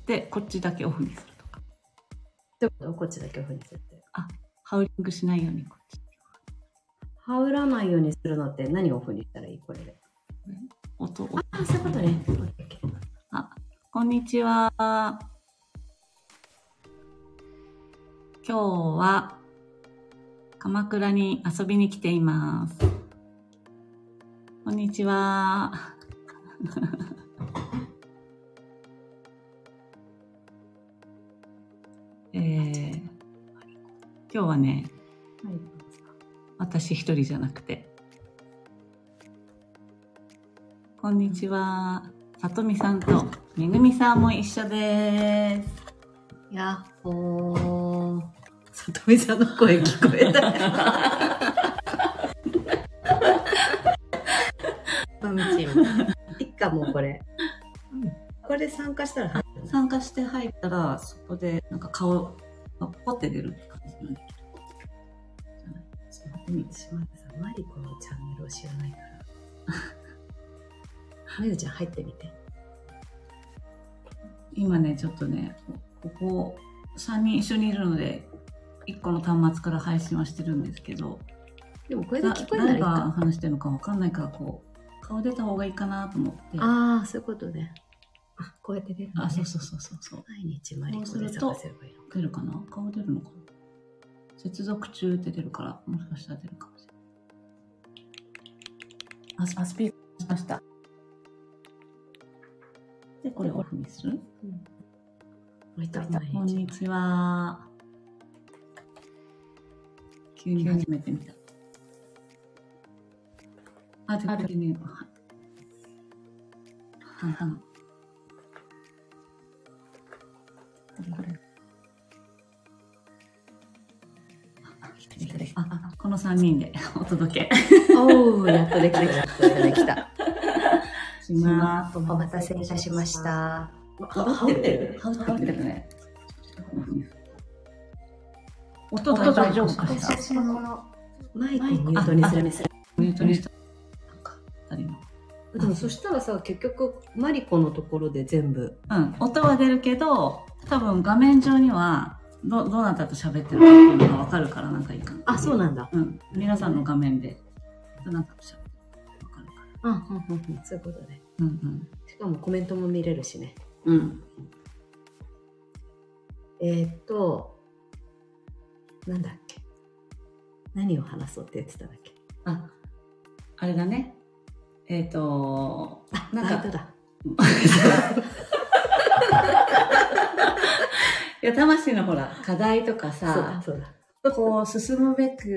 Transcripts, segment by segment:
で、こっちだけオフにするとか。 どういうこと？こっちだけオフにするって。 ハウリングしないようにこっち。 ハウらないようにするのって何をオフにしたらいい？これで。 音。 あ、そういうことね。 こんにちは。今日は鎌倉に遊びに来ています。こんにちは。今日はね、 はい、 私一人じゃなくて、こんにちは。さとみさんとめぐみさんも一緒です。 やっほー。さとみさんの声聞こえた。ファミチーム。いっか、もうこれ。これで参加したら入るの？ 参加して入ったら、そこでなんか顔がポって出るって感じなんだけど。 ちょっと待ってみて、しまってさ、マリコのチャンネルを知らないから。めぐちゃん入ってみて。 今ね、ちょっとね、ここ3人一緒にいるので、1個の端末から配信はしてるんですけど、 でもこれで聞こえない誰が話してるのか分かんないから、こう、顔出た方がいいかなと思って。 ああ、そういうことね。あ、こうやって出るのね。 そう。 毎日マリコで探せばいいのか。 出るかな？顔出るのかな？接続中って出るから、もしかしたら出るかもしれない。スピーカーしました。で、これオフにする？こんにちは。急に始めてみた。でね、半々。これ。この3人でお届け。 おー、やっとできた。 お待たせいたしました。 羽織ってるね。音大丈夫かしら？ 私もこのマイクをミュートにする。 ミュートにした。 でもそしたらさ、結局マリコのところで全部。 音は出るけど、多分画面上にはどなたと喋ってるかっていうのが分かるからなんかいいかな。 あ、そうなんだ。 皆さんの画面でどなたと喋ってるか分かるから。 そういうことね。しかもコメントも見れるしね。なんだっけ。何を話そうって言ってたんだっけ。 あれだね。なんかだ。 いや、魂のほら、課題とかさ、 そうだ。 こう、進むべき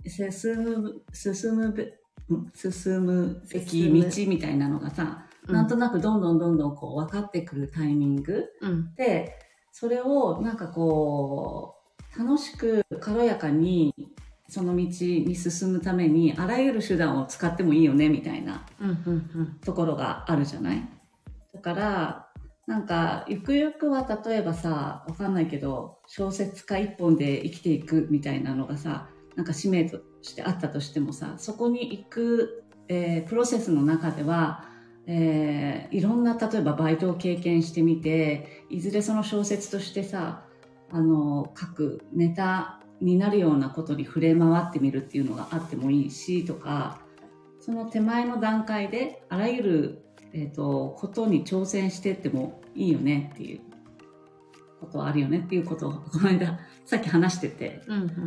道みたいなのがさ、なんとなくどんどんこう分かってくるタイミング、で、それをなんかこう、楽しく軽やかにその道に進むためにあらゆる手段を使ってもいいよねみたいなところがあるじゃない？だからなんかゆくゆくは例えばさ、わかんないけど小説家一本で生きていくみたいなのがさ、なんか使命としてあったとしてもさ、そこに行く、プロセスの中では、いろんな例えばバイトを経験してみて、いずれその小説としてさ、書くネタになるようなことに触れ回ってみるっていうのがあってもいいしとか、その手前の段階であらゆる、ことに挑戦してってもいいよねっていうことはあるよねっていうことをこの間さっき話してて、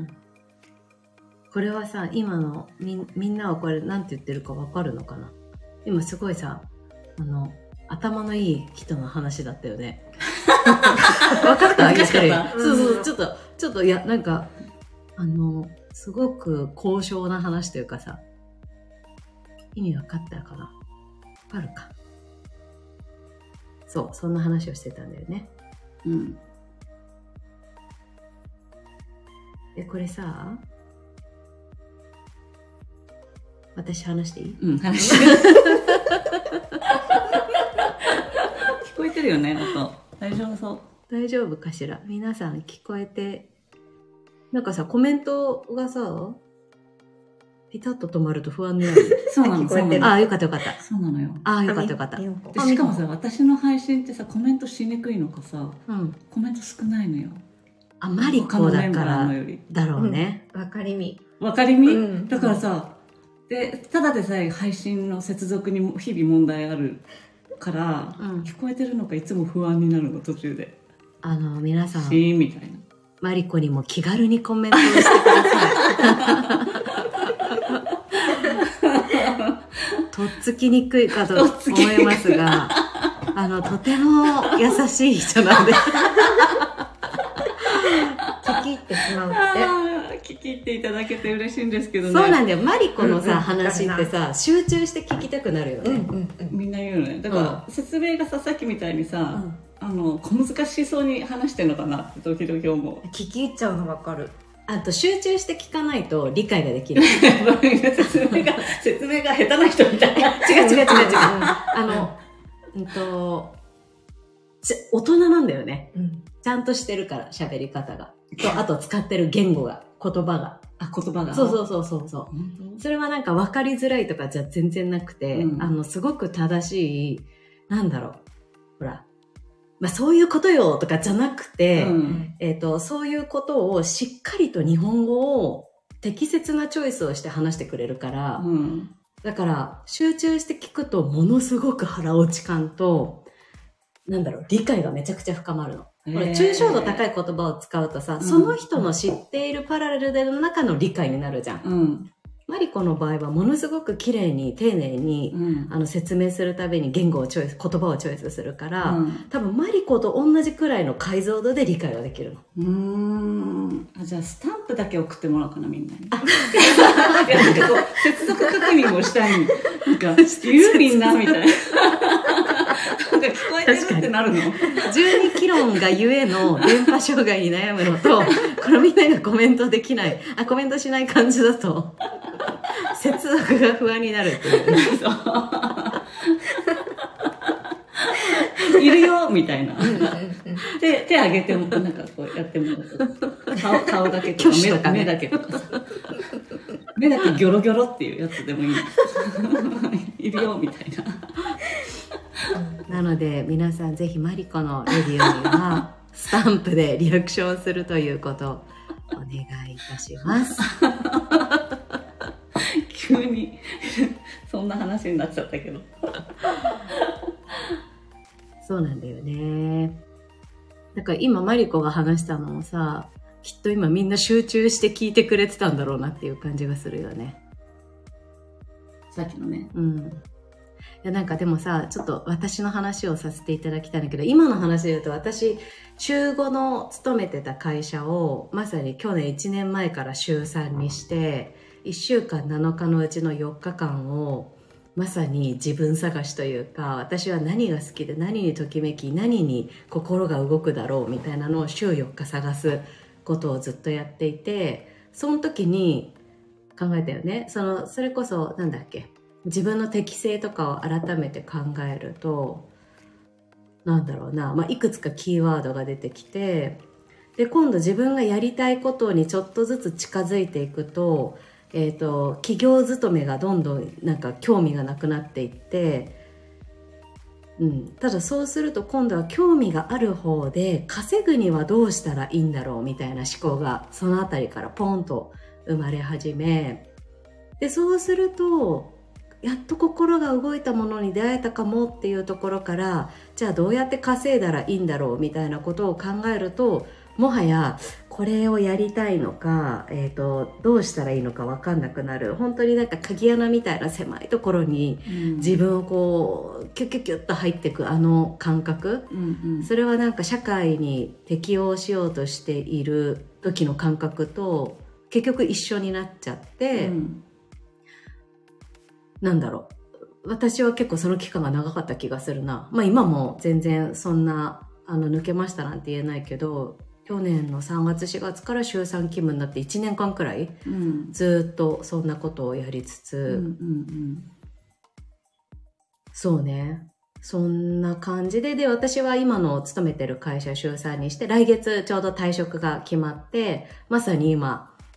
これはさ、今のみんなはこれなんて言ってるか分かるのかな？今すごいさ、頭のいい人の話だったよね。分かった？そう、ちょっと、いや、なんか、すごく高尚な話というかさ、意味分かったかな？分かるか。そう、そんな話をしてたんだよね。これさ、私話していい？ 話して聞こえてるよね、音。大丈夫そう。 大丈夫かしら？皆さん聞こえて、なんかさ、コメントがさ、 ピタッと止まると不安になる。 そうなの、そうなの。 ああ、よかったよかった。 そうなのよ。 ああ、よかったよかった。 でしかもさ、私の配信ってさ、コメントしにくいのかさ、コメント少ないのよ。 あ、マリコだからだろうね。 わかりみ。 わかりみ、だからさ、で、ただでさえ配信の接続に日々問題あるから、聞こえてるのかいつも不安になるの、途中で。 皆さん。 シーンみたいな。 マリコにも気軽にコメントをしてください。とっつきにくいかと思いますが、とても優しい人なんで。 聞き入ってしまうって。聞き入っていただけて嬉しいんですけどね。 そうなんだよ。マリコのさ、話ってさ、集中して聞きたくなるよね。 みんな言うのね。だから、説明がさっきみたいにさ、小難しそうに話してんのかなって時々思う。 聞き入っちゃうの分かる。 あと集中して聞かないと理解ができる。 説明が下手な人みたいな。 違う。大人なんだよね。ちゃんとしてるから、喋り方が。あと使ってる言語が、言葉が。 言葉が。 そう。それはなんか分かりづらいとかじゃ全然なくて、すごく正しい、ほら、そういうことよとかじゃなくて、そういうことをしっかりと日本語を適切なチョイスをして話してくれるから、だから集中して聞くとものすごく腹落ち感と、理解がめちゃくちゃ深まるの。これ抽象度高い言葉を使うとさ、その人の知っているパラレルでの中の理解になるじゃん。マリコの場合はものすごく綺麗に丁寧に、説明するたびに言葉をチョイスするから、多分マリコと同じくらいの解像度で理解ができるの。じゃあスタンプだけ送ってもらおうかな、みんなに。接続確認もしたい。言うみんなみたいな。聞こえてるってなるの 12キロンがゆえの電波障害に悩むのと、このみんながコメントできない、コメントしない感じだと、接続が不安になるっていう。 いるよみたいな。手挙げても、こうやっても顔だけとか目だけとかさ。目だけギョロギョロっていうやつでもいい。いるよみたいな。 なので皆さんぜひマリコのレディオにはスタンプでリアクションするということをお願いいたします。 急にそんな話になっちゃったけど。 そうなんだよね。だから今マリコが話したのもさ、きっと今みんな集中して聞いてくれてたんだろうなっていう感じがするよね。 さっきのね。 いやでもさ、ちょっと私の話をさせていただきたいんだけど、今の話で言うと私、週5の勤めてた会社を、まさに去年1年前から週3にして、1週間7日のうちの4日間を、まさに自分探しというか、私は何が好きで何にときめき、何に心が動くだろうみたいなのを週4日探すことをずっとやっていて、その時に考えたよね。それこそ、自分の適性とかを改めて考えると、いくつかキーワードが出てきて、で、今度自分がやりたいことにちょっとずつ近づいていくと、企業勤めがどんどん興味がなくなっていって、ただそうすると今度は興味がある方で稼ぐにはどうしたらいいんだろうみたいな思考がそのあたりからポンと生まれ始め、で、そうすると、やっと心が動いたものに出会えたかもっていうところから、じゃあどうやって稼いだらいいんだろうみたいなことを考えると、もはやこれをやりたいのか、どうしたらいいのか分かんなくなる。本当に鍵穴みたいな狭いところに自分をこうキュッキュッキュッと入っていく感覚、それは社会に適応しようとしている時の感覚と結局一緒になっちゃって、私は結構その期間が長かった気がするな。今も全然そんな抜けましたなんて言えないけど、去年の3月4月から週3勤務になって1年間くらい、ずっとそんなことをやりつつ、そうね、そんな感じで、私は今の勤めてる会社週3にして、来月ちょうど退職が決まって、まさに今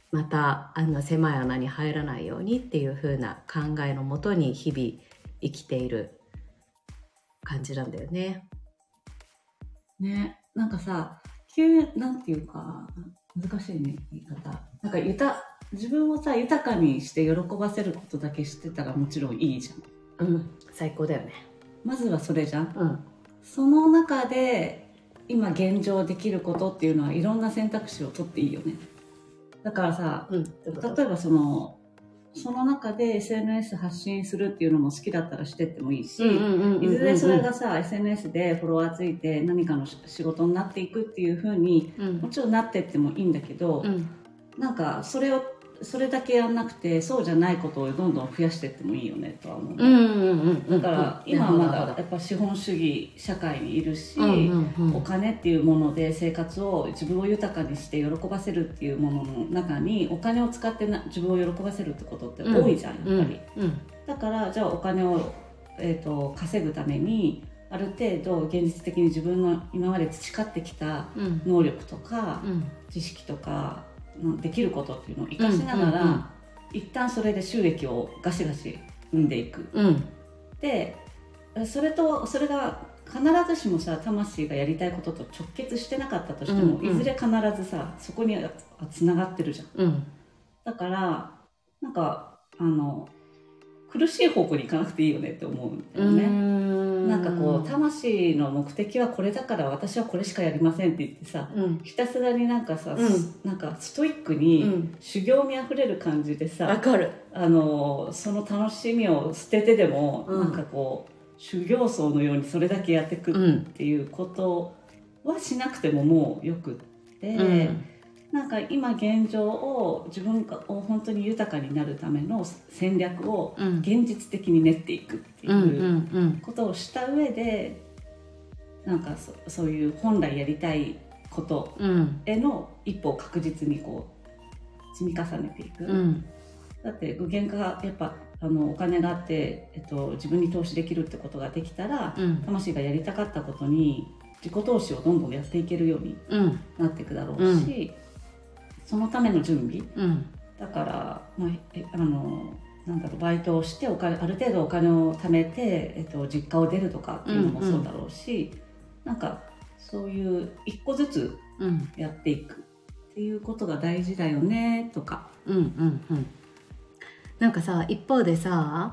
また狭い穴に入らないようにっていう風な考えのもとに日々生きている感じなんだよね。 ね、なんかさ、なんていうか、難しいね、言い方。なんか自分をさ、豊かにして喜ばせることだけしてたらもちろんいいじゃん。 うん、最高だよね。 まずはそれじゃん。 うん。 その中で、今現状できることっていうのはいろんな選択肢を取っていいよね。だからさ、例えばその中で SNS 発信するっていうのも好きだったらしてってもいいし、いずれそれがさ、SNS でフォロワーついて何かの仕事になっていくっていう風に、もちろんなってってもいいんだけど、なんかそれだけやんなくてそうじゃないことをどんどん増やしてってもいいよねとは思う。だから今はまだやっぱ資本主義社会にいるし、お金っていうもので生活を自分を豊かにして喜ばせるっていうものの中にお金を使って自分を喜ばせるってことって多いじゃん、やっぱり。だからじゃあお金を、稼ぐためにある程度現実的に自分の今まで培ってきた能力とか、知識とかできることっていうのを生かしながら、一旦それで収益をガシガシ生んでいく。でそれが必ずしもさ、魂がやりたいことと直結してなかったとしても、いずれ必ずさそこにはつながってるじゃん。だからなんか苦しい方向に行かなくていいよねって思うんだよね。なんかこう魂の目的はこれだから私はこれしかやりませんって言ってさ、ひたすらになんかさ、なんかストイックに修行にあふれる感じでさ、 わかる。 その楽しみを捨ててでも、なんかこう修行僧のようにそれだけやっていくっていうことはしなくてももうよくって、なんか今現状を自分が本当に豊かになるための戦略を現実的に練っていくっていうことをした上で、なんかそういう本来やりたいことへの一歩を確実にこう積み重ねていく。だって具現化がやっぱお金があって、自分に投資できるってことができたら、魂がやりたかったことに自己投資をどんどんやっていけるようになっていくだろうし、そのための準備、だから、なんだろう、バイトをしてある程度お金を貯めて、実家を出るとかっていうのもそうだろうし、なんかそういう一個ずつやっていくっていうことが大事だよねとか。 なんかさ、一方でさ、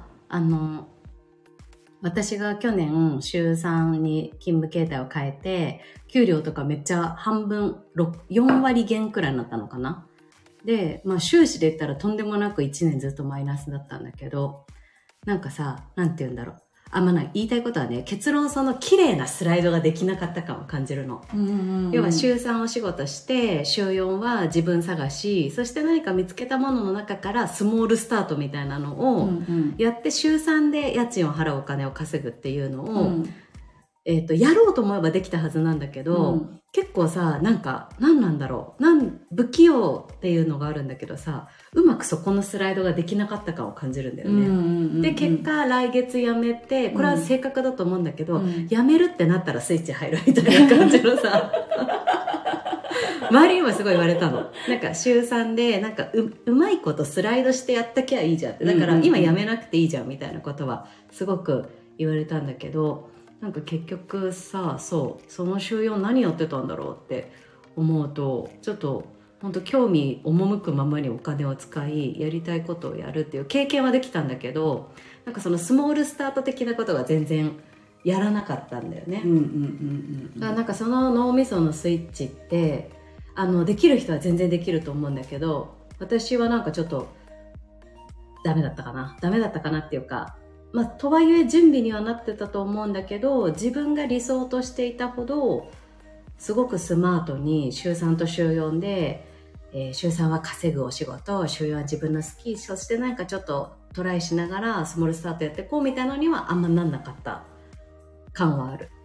私が去年週3に勤務形態を変えて、給料とかめっちゃ半分、4割減くらいになったのかな。で、まあ収支で言ったらとんでもなく1年ずっとマイナスだったんだけど、なんかさ、なんて言うんだろう。言いたいことはね、結論その綺麗なスライドができなかった感を感じるの。要は週3お仕事して、週4は自分探し、そして何か見つけたものの中からスモールスタートみたいなのをやって、週3で家賃を払うお金を稼ぐっていうのを、やろうと思えばできたはずなんだけど、結構さ、なんか、何なんだろう。不器用っていうのがあるんだけどさ、うまくそこのスライドができなかった感を感じるんだよね。で、結果、来月辞めて、これは正確だと思うんだけど、辞めるってなったらスイッチ入るみたいな感じのさ、周りにもすごい言われたの。なんか、週3で、なんかうまいことスライドしてやったきゃいいじゃんって。だから、今辞めなくていいじゃんみたいなことは、すごく言われたんだけど、なんか結局さ、その週4何やってたんだろうって思うと、ちょっと本当興味赴くままにお金を使い、やりたいことをやるっていう経験はできたんだけど、なんかそのスモールスタート的なことが全然やらなかったんだよね。だからなんかその脳みそのスイッチってできる人は全然できると思うんだけど、私はなんかちょっとダメだったかなっていうか、まあ、とはいえ準備にはなってたと思うんだけど、自分が理想としていたほどすごくスマートに週3と週4で、週3は稼ぐお仕事、週4は自分の好き、そしてなんかちょっとトライしながらスモールスタートやってこうみたいなのにはあんまなんなかった感はある。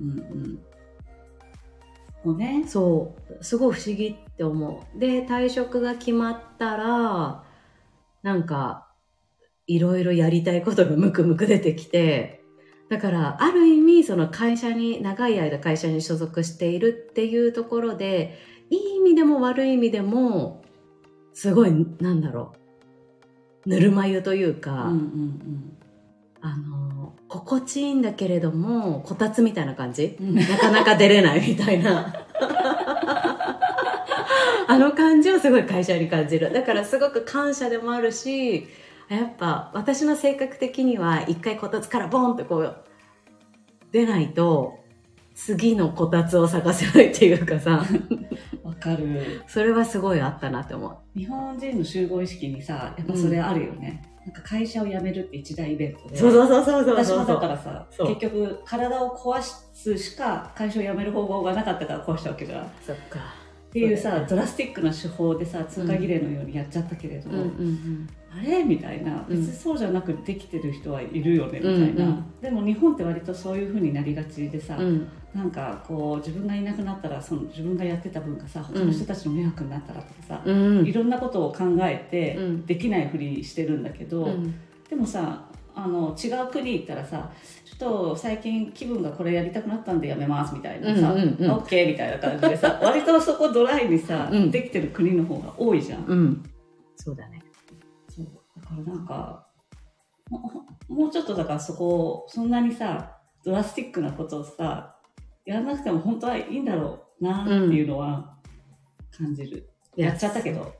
そう、すごい不思議って思う。で、退職が決まったら、なんかいろいろやりたいことがムクムク出てきて、だからある意味その長い間会社に所属しているっていうところで、いい意味でも悪い意味でもすごい、なんだろう、ぬるま湯というか、心地いいんだけれども、こたつみたいな感じ、なかなか出れないみたいな。あの感じをすごい会社に感じる。だからすごく感謝でもあるし、やっぱ私の性格的には一回こたつからボンってこう出ないと次のこたつを探せないっていうかさ。 わかる。 それはすごいあったなって思う。 日本人の集合意識にさ、やっぱそれあるよね。なんか会社を辞めるって一大イベントで。 そう。 私もだからさ、結局体を壊すしか会社を辞める方法がなかったから壊したわけじゃん。 そっか。 っていうさ、ドラスティックな手法でさ、通過儀礼のようにやっちゃったけれど、あれみたいな、別にそうじゃなくできてる人はいるよねみたいな、でも日本って割とそういう風になりがちでさ、なんかこう自分がいなくなったら、その自分がやってた分がさ、他の人たちの迷惑になったらとかさ、いろんなことを考えてできないふりしてるんだけど、でもさ、違う国行ったらさ、ちょっと最近気分がこれやりたくなったんでやめますみたいなさ、OK みたいな感じでさ、割とそこドライにさ、できてる国の方が多いじゃん。 そうだね。 そうだからなんかもうちょっとだからそこそんなにさドラスティックなことをさやらなくても本当はいいんだろうなっていうのは感じる。やっちゃったけど。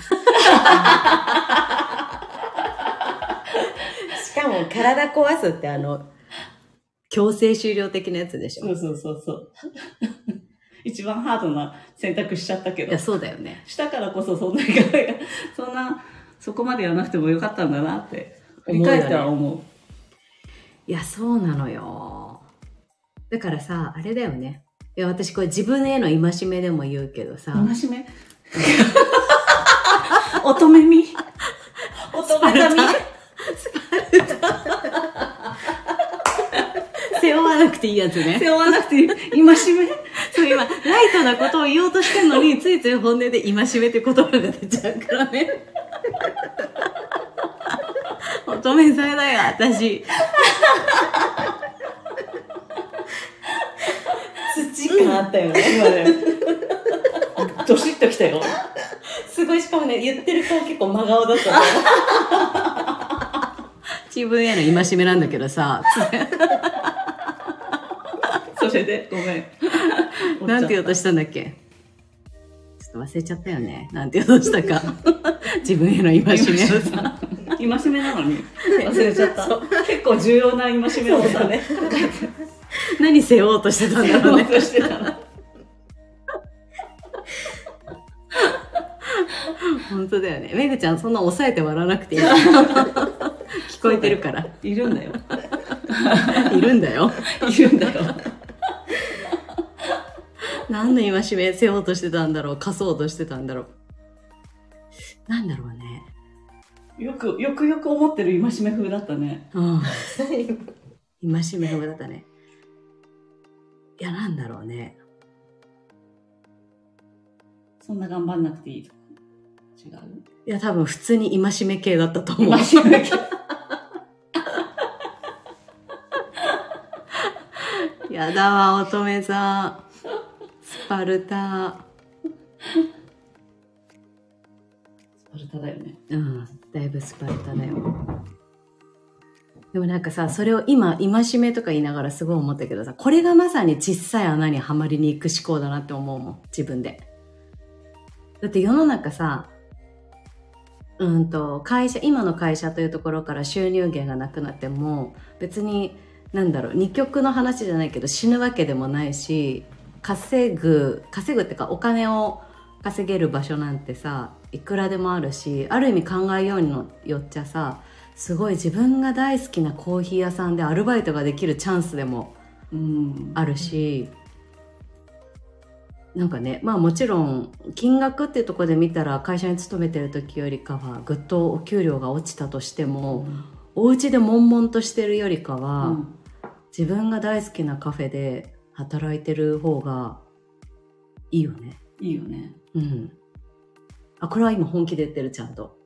しかも体壊すって強制終了的なやつでしょ。 そう。一番ハードな選択しちゃったけど。 いや、そうだよね。 したからこそそこまでやらなくてもよかったんだなって振り返っては思う。 いや、そうなのよ。だからさ、あれだよね。いや、私これ自分への戒めでも言うけどさ。 戒め乙女み乙女だみ背負わなくていいやつね。 背負わなくていい。戒めそう、今、ライトなことを言おうとしてるのに、ついつい本音で戒めって言葉が出ちゃうからね。乙女さんだよ、私。土感あったよね、今ね。 ドシッときたよ。 すごい、しかもね、言ってる顔結構真顔だったの。自分への戒めなんだけどさ。 それで、ごめん。 なんて言おうとしたんだっけ？ちょっと忘れちゃったよね。なんて言おうとしたか。自分への戒めをさ。 戒めなのに忘れちゃった。結構重要な戒めをさ、ね、 何背負おうとしてたんだろうね。 背負おうとしてたの。 本当だよね。めぐちゃん、そんな抑えて笑わなくていい。聞こえてるから。 いるんだよ。 いるんだよ。 いるんだよ。 何の戒め背負おうとしてたんだろう、貸そうとしてたんだろう。なんだろうね。 よく思ってる戒め風だったね。 うん。戒め風だったね。いや、なんだろうね。 そんな頑張んなくていいとか。違う？ いや、多分普通に戒め系だったと思う。 戒め系。 やだわ、乙女さん。スパルタ。 スパルタだよね。 うん、だいぶスパルタだよ。でもなんかさ、それを今、戒めとか言いながらすごい思ったけどさ、これがまさに小さい穴にはまりに行く思考だなって思うもん、自分で。だって世の中さ、今の会社というところから収入源がなくなっても、別に、二極の話じゃないけど死ぬわけでもないし、稼ぐってかお金を稼げる場所なんてさ、いくらでもあるし、ある意味考えようによっちゃさ、すごい自分が大好きなコーヒー屋さんでアルバイトができるチャンスでもあるし、なんかね、まあもちろん金額っていうところで見たら会社に勤めてる時よりかはぐっとお給料が落ちたとしても、お家で悶々としてるよりかは、自分が大好きなカフェで働いてる方がいいよね。 いいよね。 うん。あ、これは今本気で言ってる、ちゃんと。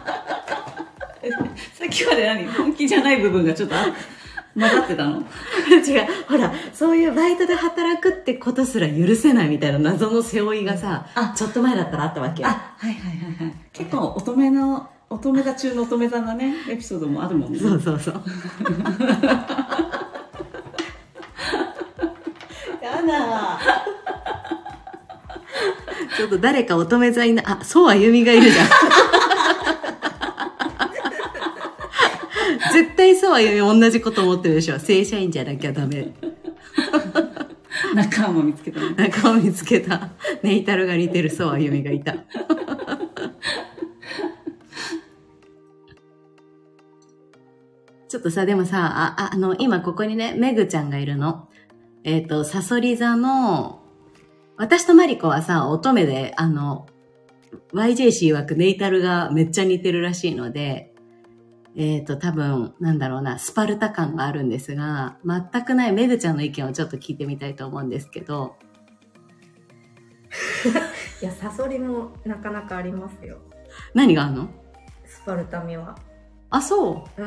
さっきまで本気じゃない部分がちょっと混ざってたの？ 違う。ほら、そういうバイトで働くってことすら許せないみたいな謎の背負いがさ、ちょっと前だったらあったわけよ。 はいはいはいはい。結構乙女座中の乙女座なね、エピソードもあるもんね。 そうそうそう。やだちょっと誰か乙女座いな、そうあゆみがいるじゃん。絶対そうあゆみ同じこと思ってるでしょ。正社員じゃなきゃダメ。 仲間見つけた、ね。 仲間見つけた。ネイタルが似てるそうあゆみがいた。ちょっとさ、でもさ、今ここにね、めぐちゃんがいるの。さそり座の、私とマリコはさ、乙女で、YJC 曰くネイタルがめっちゃ似てるらしいので、多分、なんだろうな、スパルタ感があるんですが、全くないめぐちゃんの意見をちょっと聞いてみたいと思うんですけど。 いや、サソリもなかなかありますよ。 何があるの？ スパルタ味は。 あ、そう。 うん。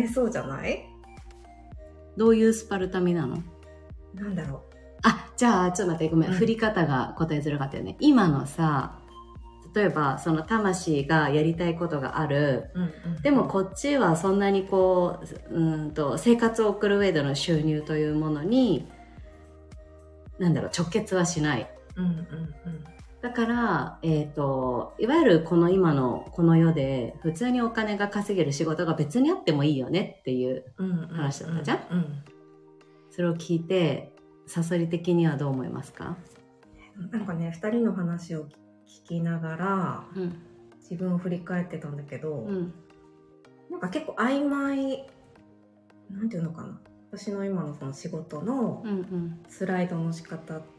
そうじゃない？ どういうスパルタ味なの？ なんだろう。 じゃあ、ちょっと待って、ごめん。振り方が答えづらかったよね。今のさ、例えば、その魂がやりたいことがある。でもこっちはそんなにこう、生活を送る上での収入というものに、なんだろう、直結はしない。だから、いわゆるこの今のこの世で、普通にお金が稼げる仕事が別にあってもいいよねっていう話だったじゃん？それを聞いて、サソリ的にはどう思いますか？ なんかね、2人の話を聞きながら、自分を振り返ってたんだけど、なんか結構曖昧、なんていうのかな、私の今のその仕事のスライドの仕方って、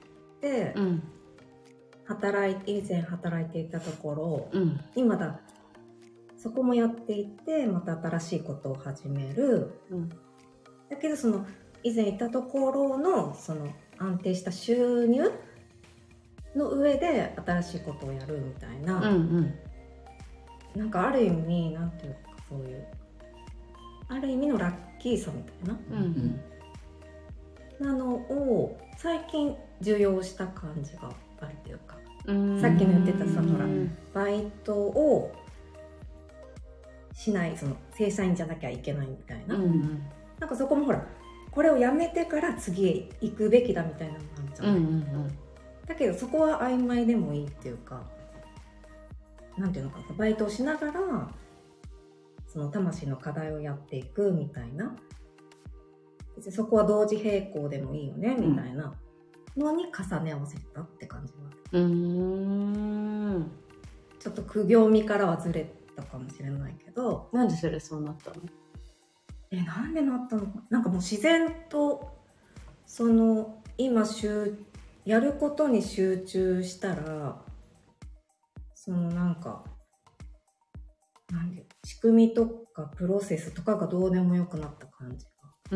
以前働いていたところ、今だそこもやっていて、また新しいことを始める、だけどその以前いたところのその安定した収入の上で新しいことをやるみたいな、なんかある意味なんていうか、そういうある意味のラッキーさみたいな、なのを最近受容した感じがあるというか、さっきの言ってたさ、ほらバイトをしない、その正社員じゃなきゃいけないみたいな、なんかそこもほらこれをやめてから次へ行くべきだみたいなのがあるじゃない。だけどそこは曖昧でもいいっていうか、なんていうのかな、バイトをしながらその魂の課題をやっていくみたいな、別にそこは同時並行でもいいよねみたいなのに重ね合わせたって感じは、ちょっと苦行味からはずれたかもしれないけど。 なんでそれそうなったの？ なんでなったのか、なんかもう自然とその今やることに集中したら、そのなんか仕組みとかプロセスとかがどうでもよくなった感じがあ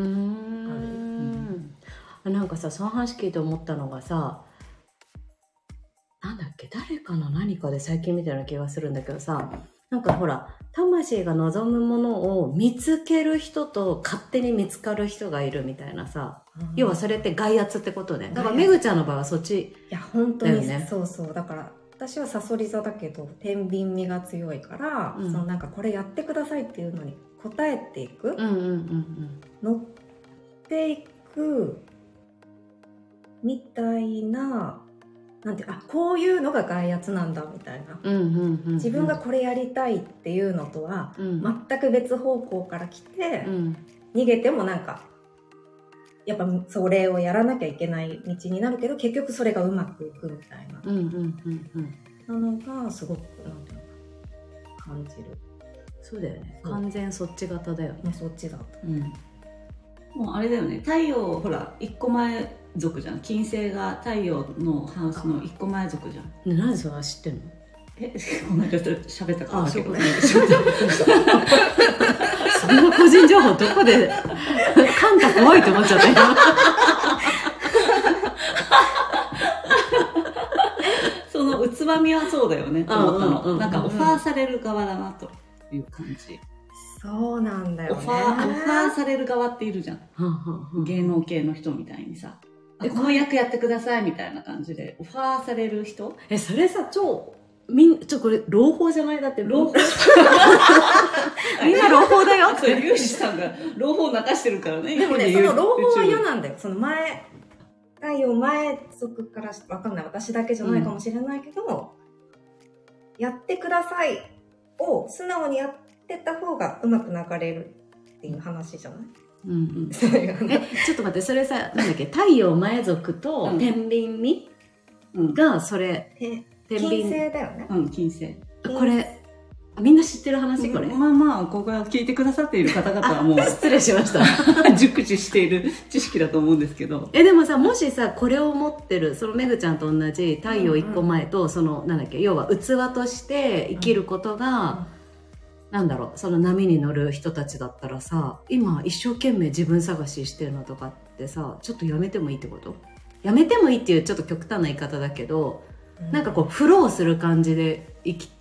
る。 なんかさ、その話聞いて思ったのがさ、なんだっけ、誰かの何かで最近見たような気がするんだけどさ、なんかほら、魂が望むものを見つける人と勝手に見つかる人がいるみたいなさ、要はそれって外圧ってことね。だからめぐちゃんの場合はそっち、 いや本当にね、そうそう。だから私はサソリ座だけど天秤味が強いから、そのなんかこれやってくださいっていうのに応えていく、乗っていくみたいな、なんてこういうのが外圧なんだみたいな、自分がこれやりたいっていうのとは全く別方向から来て、逃げてもなんかやっぱそれをやらなきゃいけない道になるけど、結局それがうまくいくみたいなのがすごくなんていうの感じる。 そうだよね、完全そっち型だよね。 そっちだと、 もうあれだよね、太陽ほら1個前族じゃん。金星が太陽のハウスの1個前族じゃん。 なんでそれは知ってんの？ ごめん、ちょっと喋ったからだけど。 そんな個人情報どこでカンタ怖いと思っちゃったよ。 その器みはそうだよねと思ったの。なんかオファーされる側だなという感じ。 そうなんだよね。 オファーされる側っているじゃん。芸能系の人みたいにさ。この役やってくださいみたいな感じで、オファーされる人？ それさ、これ、朗報じゃない？だって、朗報。みんな朗報だよって。 リュウジさんが朗報泣かしてるからね。 でもね、その朗報は嫌なんだよ。その太陽前族からわかんない。私だけじゃないかもしれないけど、やってくださいを素直にやってた方がうまく流れるっていう話じゃない？ ちょっと待って、それさ、なんだっけ、太陽前族と天秤味が、それ、 金星だよね。 金星。 これ、みんな知ってる話これ。 まあ、ここが聞いてくださっている方々はもう、 失礼しました。 熟知している知識だと思うんですけど。 でもさ、もしさ、これを持ってる、そのめぐちゃんと同じ太陽一個前と、その、なんだっけ、要は器として生きることが、なんだろう、その波に乗る人たちだったらさ、今一生懸命自分探ししてるのとかってさ、ちょっとやめてもいいってこと？やめてもいいっていうちょっと極端な言い方だけど、なんかこうフローする感じで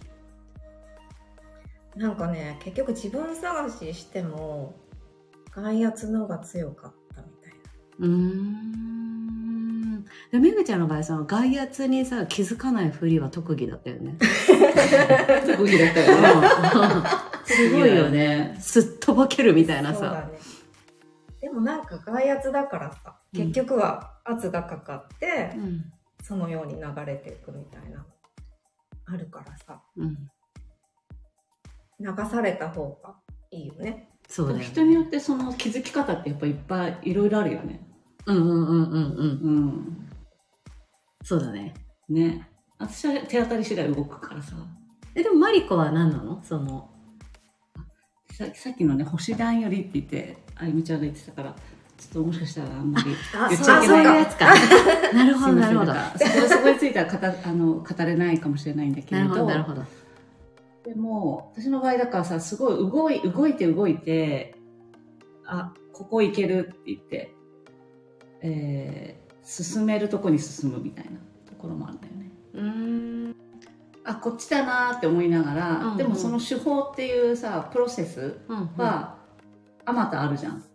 なんかね、結局自分探ししても外圧の方が強かったみたいな。でめぐちゃんの場合さ、外圧にさ気づかないふりは特技だったよね。 特技だったよね。 すごいよね。すっとぼけるみたいなさ。そうだね。 でもなんか外圧だからさ、結局は圧がかかって、そのように流れていくみたいなあるからさ、流された方がいいよね。 そうだよね。人によってその気づき方ってやっぱいっぱいいろいろあるよね。 そうだね。 ね。私は手当たり次第動くからさ。 でもマリコは何なの？そのさっきのね、星団よりって言ってあゆみちゃんが言ってたから、ちょっともしかしたらあんまり言っちゃいけない。 そういうやつか。なるほどなるほど。 そこについては語れないかもしれないんだけれど。 なるほど。 でも私の場合だからさ、すごい動いて、ここ行けるって言って、進めるとこに進むみたいなところもあるんだよね。こっちだなって思いながら、でもその手法っていうさプロセスはあまたあるじゃん。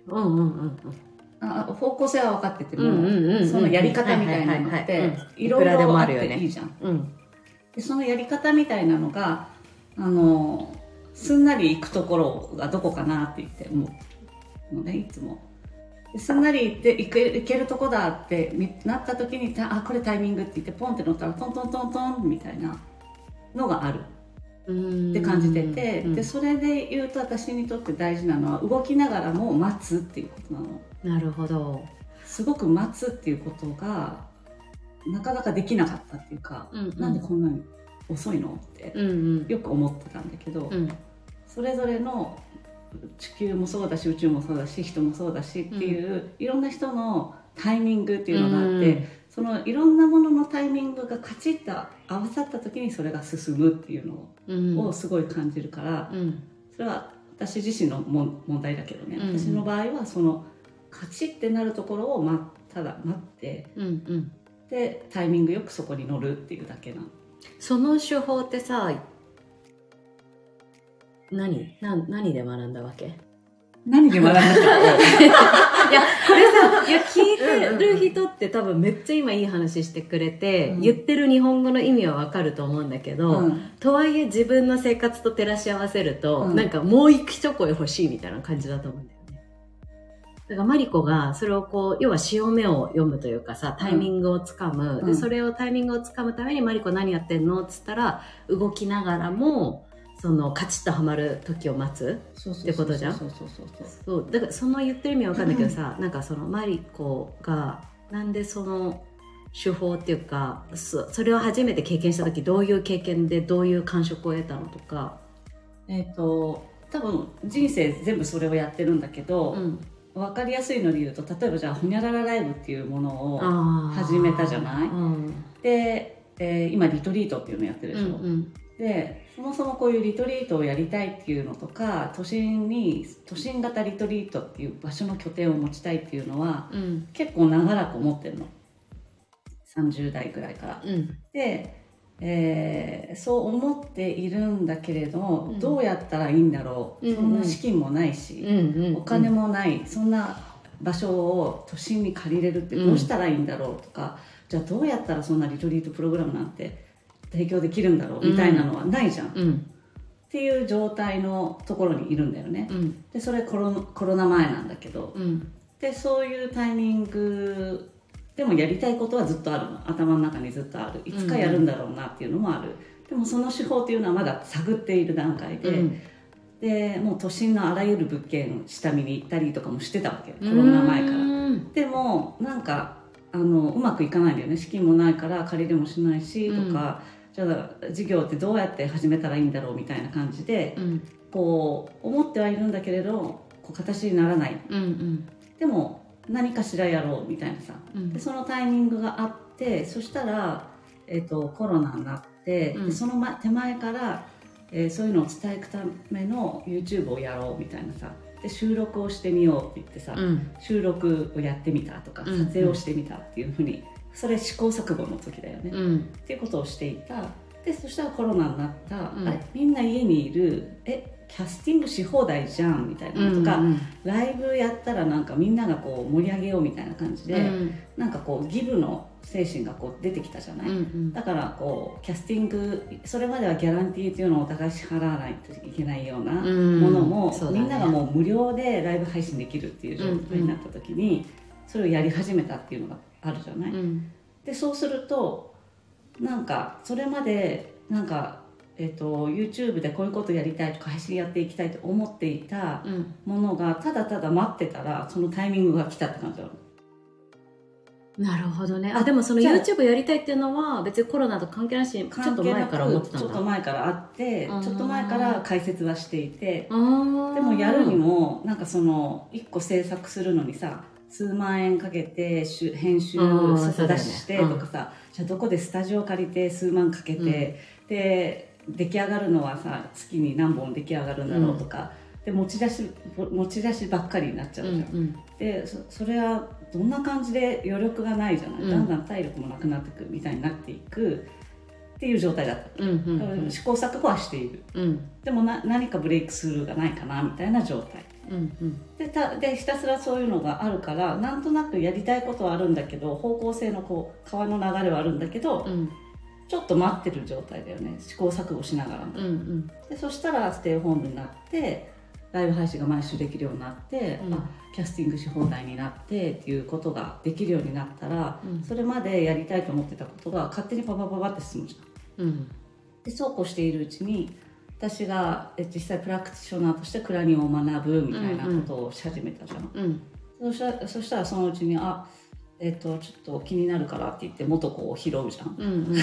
方向性は分かってても、そのやり方みたいなのっていろいろあっていいじゃん。でそのやり方みたいなのがすんなり行くところがどこかなって言って思うのね、いつも。すんなり行けるとこだってなった時にこれタイミングって言ってポンって乗ったらトントントントンみたいなのがあるって感じてて、でそれで言うと私にとって大事なのは動きながらも待つっていうことなの。 なるほど。 すごく待つっていうことがなかなかできなかったっていうか、なんでこんなに遅いのってよく思ってたんだけど、それぞれの地球もそうだし宇宙もそうだし人もそうだしっていう、いろんな人のタイミングっていうのがあって、そのいろんなもののタイミングがカチッと合わさった時にそれが進むっていうのをすごい感じるから、それは私自身の問題だけどね、私の場合はそのカチッてなるところをただ待って、でタイミングよくそこに乗るっていうだけなの。 その手法ってさ、何で学んだわけ？ 何で学んだいや、これさ、聞いてる人って多分めっちゃ今いい話してくれて、言ってる日本語の意味はわかると思うんだけど、とはいえ自分の生活と照らし合わせると、なんかもう一声欲しいみたいな感じだと思うんだよね。だからマリコがそれをこう、要は潮目を読むというかさ、タイミングをつかむ。で、それをタイミングをつかむためにマリコ何やってんのって言ったら、動きながらも、そのカチッとはまる時を待つってことじゃん。そうだからその言ってる意味は分かんないけどさ、なんかそのマリコがなんでその手法っていうか、それを初めて経験した時どういう経験でどういう感触を得たのとか。 多分人生全部それをやってるんだけど、分かりやすいので言うと、例えばじゃあホニャララライブっていうものを始めたじゃない。で、今リトリートっていうのをやってるでしょ。でそもそもこういうリトリートをやりたいっていうのとか、都心型リトリートっていう場所の拠点を持ちたいっていうのは、結構長らく思ってるの、30代ぐらいから。で、 そう思っているんだけれど、どうやったらいいんだろう、そんな資金もないし、お金もない、そんな場所を都心に借りれるってどうしたらいいんだろうとか、じゃあどうやったらそんなリトリートプログラムなんて提供できるんだろうみたいなのはないじゃん、っていう状態のところにいるんだよね、でそれコロナ前なんだけど、でそういうタイミングでもやりたいことはずっとあるの、頭の中にずっとある、いつかやるんだろうなっていうのもある、でもその手法っていうのはまだ探っている段階で、でもう都心のあらゆる物件下見に行ったりとかもしてたわけ、コロナ前から。でもなんかうまくいかないんだよね、資金もないから借りれもしないしとか、じゃあ事業ってどうやって始めたらいいんだろうみたいな感じで、こう思ってはいるんだけれどこう形にならない、でも何かしらやろうみたいなさ、でそのタイミングがあって、そしたら、コロナになって、でその手前から、そういうのを伝えるための YouTube をやろうみたいなさ、で収録をしてみようって言ってさ、収録をやってみたとか、撮影をしてみたっていうふうに、それ試行錯誤の時だよね、っていうことをしていた。でそしたらコロナになった、あれみんな家にいる、キャスティングし放題じゃんみたいなのとか、ライブやったらなんかみんながこう盛り上げようみたいな感じで、なんかこうギブの精神がこう出てきたじゃない、だからこうキャスティング、それまではギャランティーっていうのをお互い支払わないといけないようなものも、みんながもう無料でライブ配信できるっていう状態になった時に、それをやり始めたっていうのがあるじゃない、でそうするとなんかそれまでなんかYouTube でこういうことやりたいとか配信やっていきたいと思っていたものが、ただただ待ってたらそのタイミングが来たって感じだろう。 なるほどね。でもその YouTube やりたいっていうのは別にコロナと関係なし、ちょっと前から思ってたんだ。 ちょっと前からあって、ちょっと前から解説はしていて、でもやるにもなんかその1個制作するのにさ、数万円かけて編集出してとかさ、じゃあどこでスタジオ借りて数万かけて、で出来上がるのはさ月に何本出来上がるんだろうとか、で持ち出しばっかりになっちゃうじゃん、でそれはどんな感じで余力がないじゃない、だんだん体力もなくなっていくみたいになっていくっていう状態だった、試行錯誤はしている、でも何かブレイクスルーがないかなみたいな状態、でひたすらそういうのがあるから、なんとなくやりたいことはあるんだけど、方向性のこう川の流れはあるんだけど、ちょっと待ってる状態だよね、試行錯誤しながらも、でそしたらステイホームになってライブ配信が毎週できるようになって、キャスティングし放題になってっていうことができるようになったら、それまでやりたいと思ってたことが勝手にパパパパって進むじゃん、でそうこうしているうちに私が実際プラクティショナーとしてクラニオを学ぶみたいなことをし始めたじゃん、そしたらそのうちにちょっと気になるからって言って元子を拾うじゃん、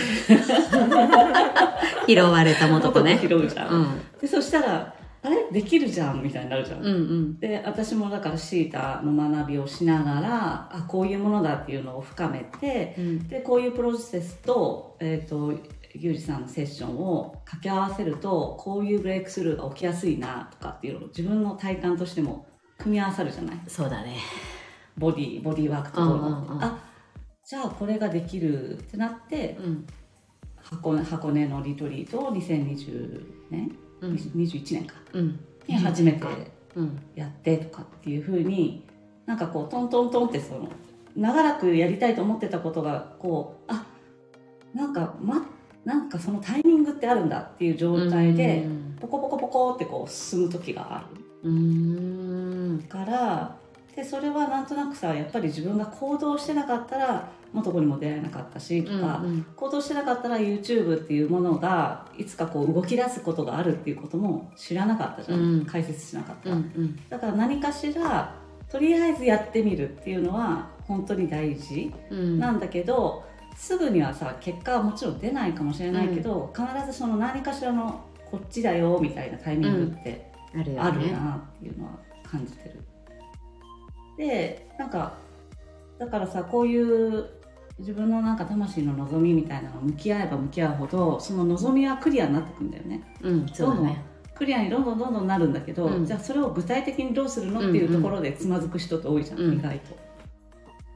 拾われた元子ね拾うじゃん、でそしたらあれできるじゃんみたいになるじゃん、で私もだからシータの学びをしながらこういうものだっていうのを深めて、でこういうプロセスとユージさんのセッションを掛け合わせるとこういうブレイクスルーが起きやすいなとかっていうのを自分の体感としても組み合わさるじゃない。 そうだね。 ボディーワークとじゃあこれができるってなって、箱根のリトリートを2020年、21年か、に初めてやってとかっていう風になんかこうトントントンってその長らくやりたいと思ってたことがこうなんかそのタイミングってあるんだっていう状態でポコポコポコってこう進む時があるからでそれはなんとなくさやっぱり自分が行動してなかったら元子にも出会えなかったしとか、行動してなかったら YouTube っていうものがいつかこう動き出すことがあるっていうことも知らなかったじゃん、解説しなかった、だから何かしらとりあえずやってみるっていうのは本当に大事なんだけど、すぐにはさ結果はもちろん出ないかもしれないけど、必ずその何かしらのこっちだよみたいなタイミングってあるなっていうのは感じてる。でなんかだからさこういう自分のなんか魂の望みみたいなのを向き合えば向き合うほどその望みはクリアになってくんだよね。 そうだね。 クリアにどんどんなるんだけど、じゃあそれを具体的にどうするのっていうところでつまずく人って多いじゃん、意外と。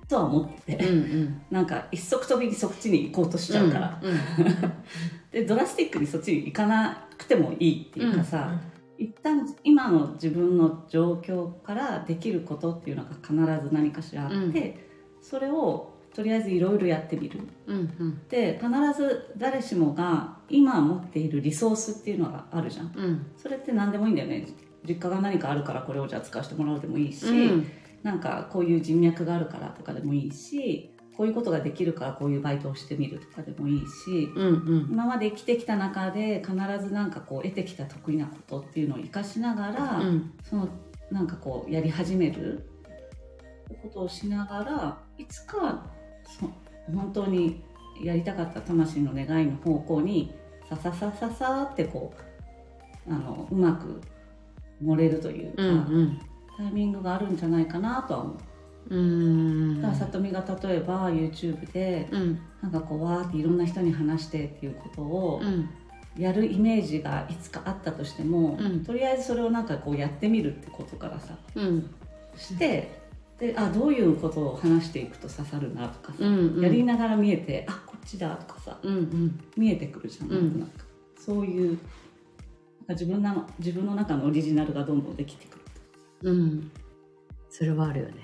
とは思ってて、なんか一足飛びにそっちに行こうとしちゃうから、でドラスティックにそっちに行かなくてもいいっていうかさ、一旦今の自分の状況からできることっていうのが必ず何かしらあって、それをとりあえずいろいろやってみる、で必ず誰しもが今持っているリソースっていうのがあるじゃん、それって何でもいいんだよね。実家が何かあるからこれをじゃあ使わせてもらうでもいいし、なんかこういう人脈があるからとかでもいいし、こういうことができるからこういうバイトをしてみるとかでもいいし、今まで生きてきた中で必ずなんかこう得てきた得意なことっていうのを生かしながら、そのなんかこうやり始めることをしながら、いつか本当にやりたかった魂の願いの方向にさささささってこううまく盛れるというか、タイミングがあるんじゃないかなとは思う。だからさとみが例えば YouTube で、なんかこうわーっていろんな人に話してっていうことをやるイメージがいつかあったとしても、とりあえずそれをなんかこうやってみるってことからさ、して、でどういうことを話していくと刺さるなとかさ、やりながら見えてこっちだとかさ、見えてくるじゃん、なんかそういう自分の中のオリジナルがどんどんできてくる。 それはあるよね。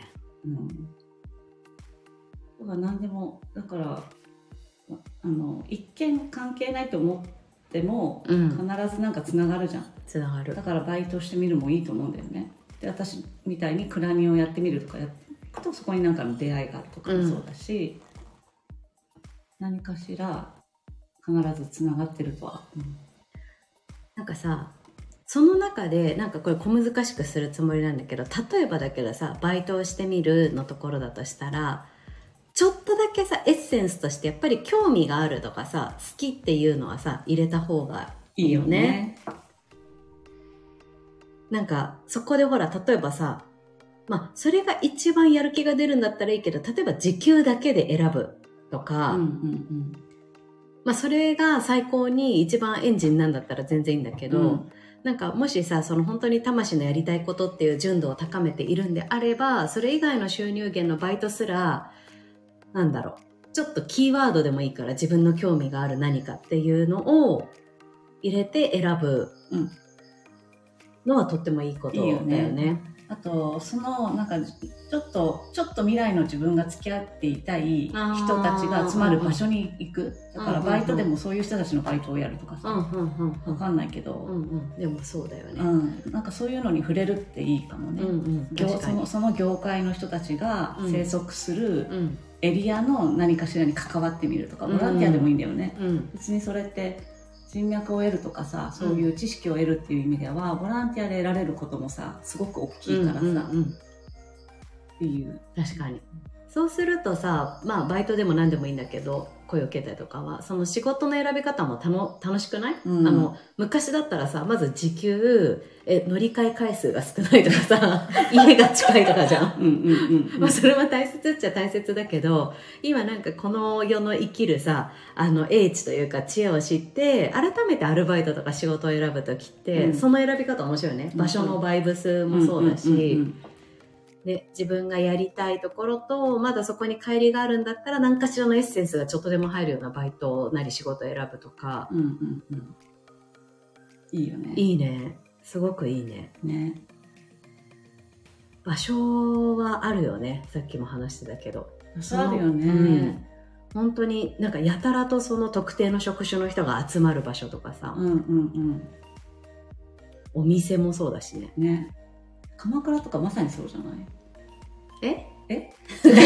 だから何でもだから一見関係ないと思っても、必ずなんかつながるじゃん。 つながる。 だからバイトしてみるもいいと思うんだよね。で私みたいにクラニをやってみるとかやっていくと、そこになんかの出会いがあるとかもそうだし、何かしら必ずつながってるとは、 なんかさ、その中でなんかこれ小難しくするつもりなんだけど、例えばだけどさ、バイトをしてみるのところだとしたら、ちょっとだけさエッセンスとしてやっぱり興味があるとかさ、好きっていうのはさ入れた方がいいよね。なんかそこでほら、例えばさ、それが一番やる気が出るんだったらいいけど、例えば時給だけで選ぶとか、それが最高に一番エンジンなんだったら全然いいんだけど、なんかもしさ、その本当に魂のやりたいことっていう純度を高めているんであれば、それ以外の収入源のバイトすら、なんだろう、ちょっとキーワードでもいいから自分の興味がある何かっていうのを入れて選ぶのはとってもいいことだよね。 あとなんかちょっと未来の自分が付き合っていたい人たちが集まる場所に行く。だからバイトでもそういう人たちのバイトをやるとかさ、わかんないけど、 でもそうだよね。 なんかそういうのに触れるっていいかもね。その業界の人たちが生息するエリアの何かしらに関わってみるとか、ボランティアでもいいんだよね。別にそれって人脈を得るとかさ、そういう知識を得るっていう意味では、ボランティアで得られることもさすごく大きいからさ、っていう。 確かにそうするとさ、バイトでも何でもいいんだけど、声を受けたりとかはその仕事の選び方も楽しくない？昔だったらさ、まず時給乗り換え回数が少ないとかさ家が近いとかじゃん。それは大切っちゃ大切だけど、今なんかこの世の生きるさ、英知というか知恵を知って改めてアルバイトとか仕事を選ぶときって、その選び方面白いね。場所のバイブスもそうだし、で自分がやりたいところとまだそこに乖離があるんだったら、何かしらのエッセンスがちょっとでも入るようなバイトなり仕事を選ぶとか、 いいよね。 いいね。すごくいいね。場所はあるよね。さっきも話してたけど。 そうあるよね。 本当になんかやたらとその特定の職種の人が集まる場所とかさ、お店もそうだしね。 鎌倉とかまさにそうじゃない？ どう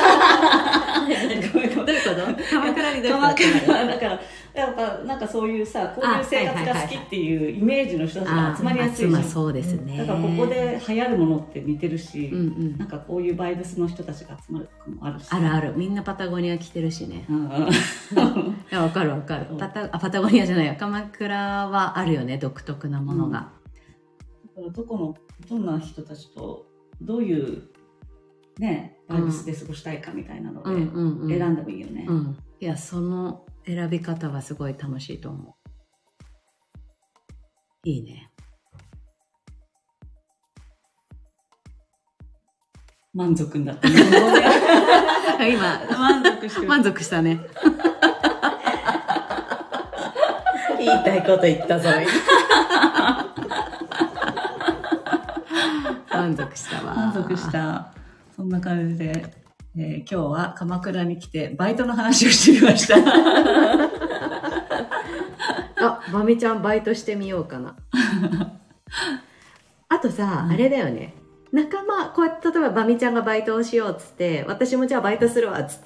いうこと？鎌倉にどういうこと？ だからやっぱなんかそういうさ、こういう生活が好きっていうイメージの人たちが集まりやすいじゃん。 そうですね。 だからここで流行るものって似てるし、なんかこういうバイブスの人たちが集まるとかもあるし。 ある。みんなパタゴニア着てるしね。いや、わかる。パタゴニアじゃないよ。鎌倉はあるよね、独特なものが。 だからどんな人たちとどういうバイブスで過ごしたいかみたいなので選んでもいいよね。 いや、その選び方はすごい楽しいと思う。いいね。 満足になったね。 今、満足したね。 言いたいこと言ったぞ。 満足したわ。 満足した。そんな感じで、今日は鎌倉に来てバイトの話をしてみました。 あ、バミちゃんバイトしてみようかな。あとさ、あれだよね。仲間、こうやって例えばバミちゃんがバイトをしようっつって、私もじゃあバイトするわっつって、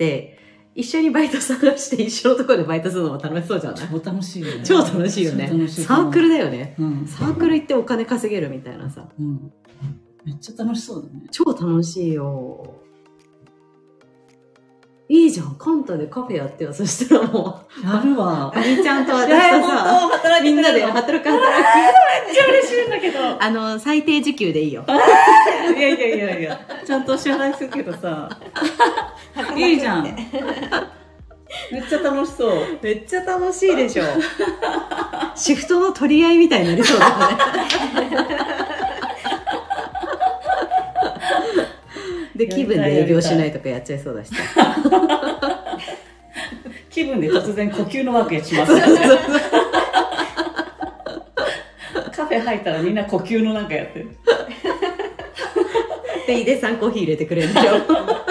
一緒にバイト探して一緒のところでバイトするのも楽しそうじゃない？ 超楽しいよね。 超楽しいよね。サークルだよね。サークル行ってお金稼げるみたいなさ。 めっちゃ楽しそうだね。 超楽しいよ。いいじゃん。カンタでカフェやってよ。そしたらもう。 やるわ。 バミちゃんと私とさ、みんなで働く。めっちゃ嬉しいんだけど。 最低時給でいいよ。 いや。ちゃんと支払いするけどさ。いいじゃん。めっちゃ楽しそう。 めっちゃ楽しいでしょ。シフトの取り合いみたいになりそうだね。で、気分で営業しないとかやっちゃいそうだし。 気分で突然呼吸のワークやします。カフェ入ったらみんな呼吸のなんかやってる。 で、井出さんコーヒー入れてくれるでしょ。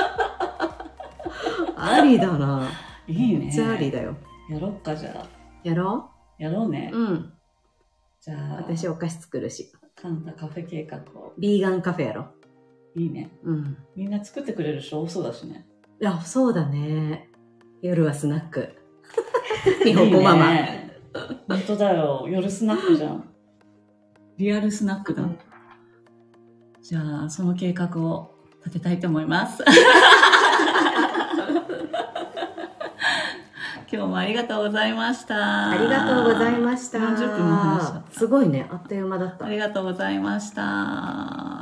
ありだな。 いいね。 めっちゃありだよ。 やろっか、じゃあ。 やろうね。じゃあ。 私お菓子作るし。 カンタカフェ計画を。 ビーガンカフェやろ。 いいね。みんな作ってくれる人多そうだしね。 いや、そうだね。夜はスナック。日本語ママ。 本当だよ。夜スナックじゃん。リアルスナックだ。じゃあ、その計画を立てたいと思います。今日もありがとうございました。 ありがとうございました。 40分も話しちゃった。 すごいね。あっという間だった。 ありがとうございました。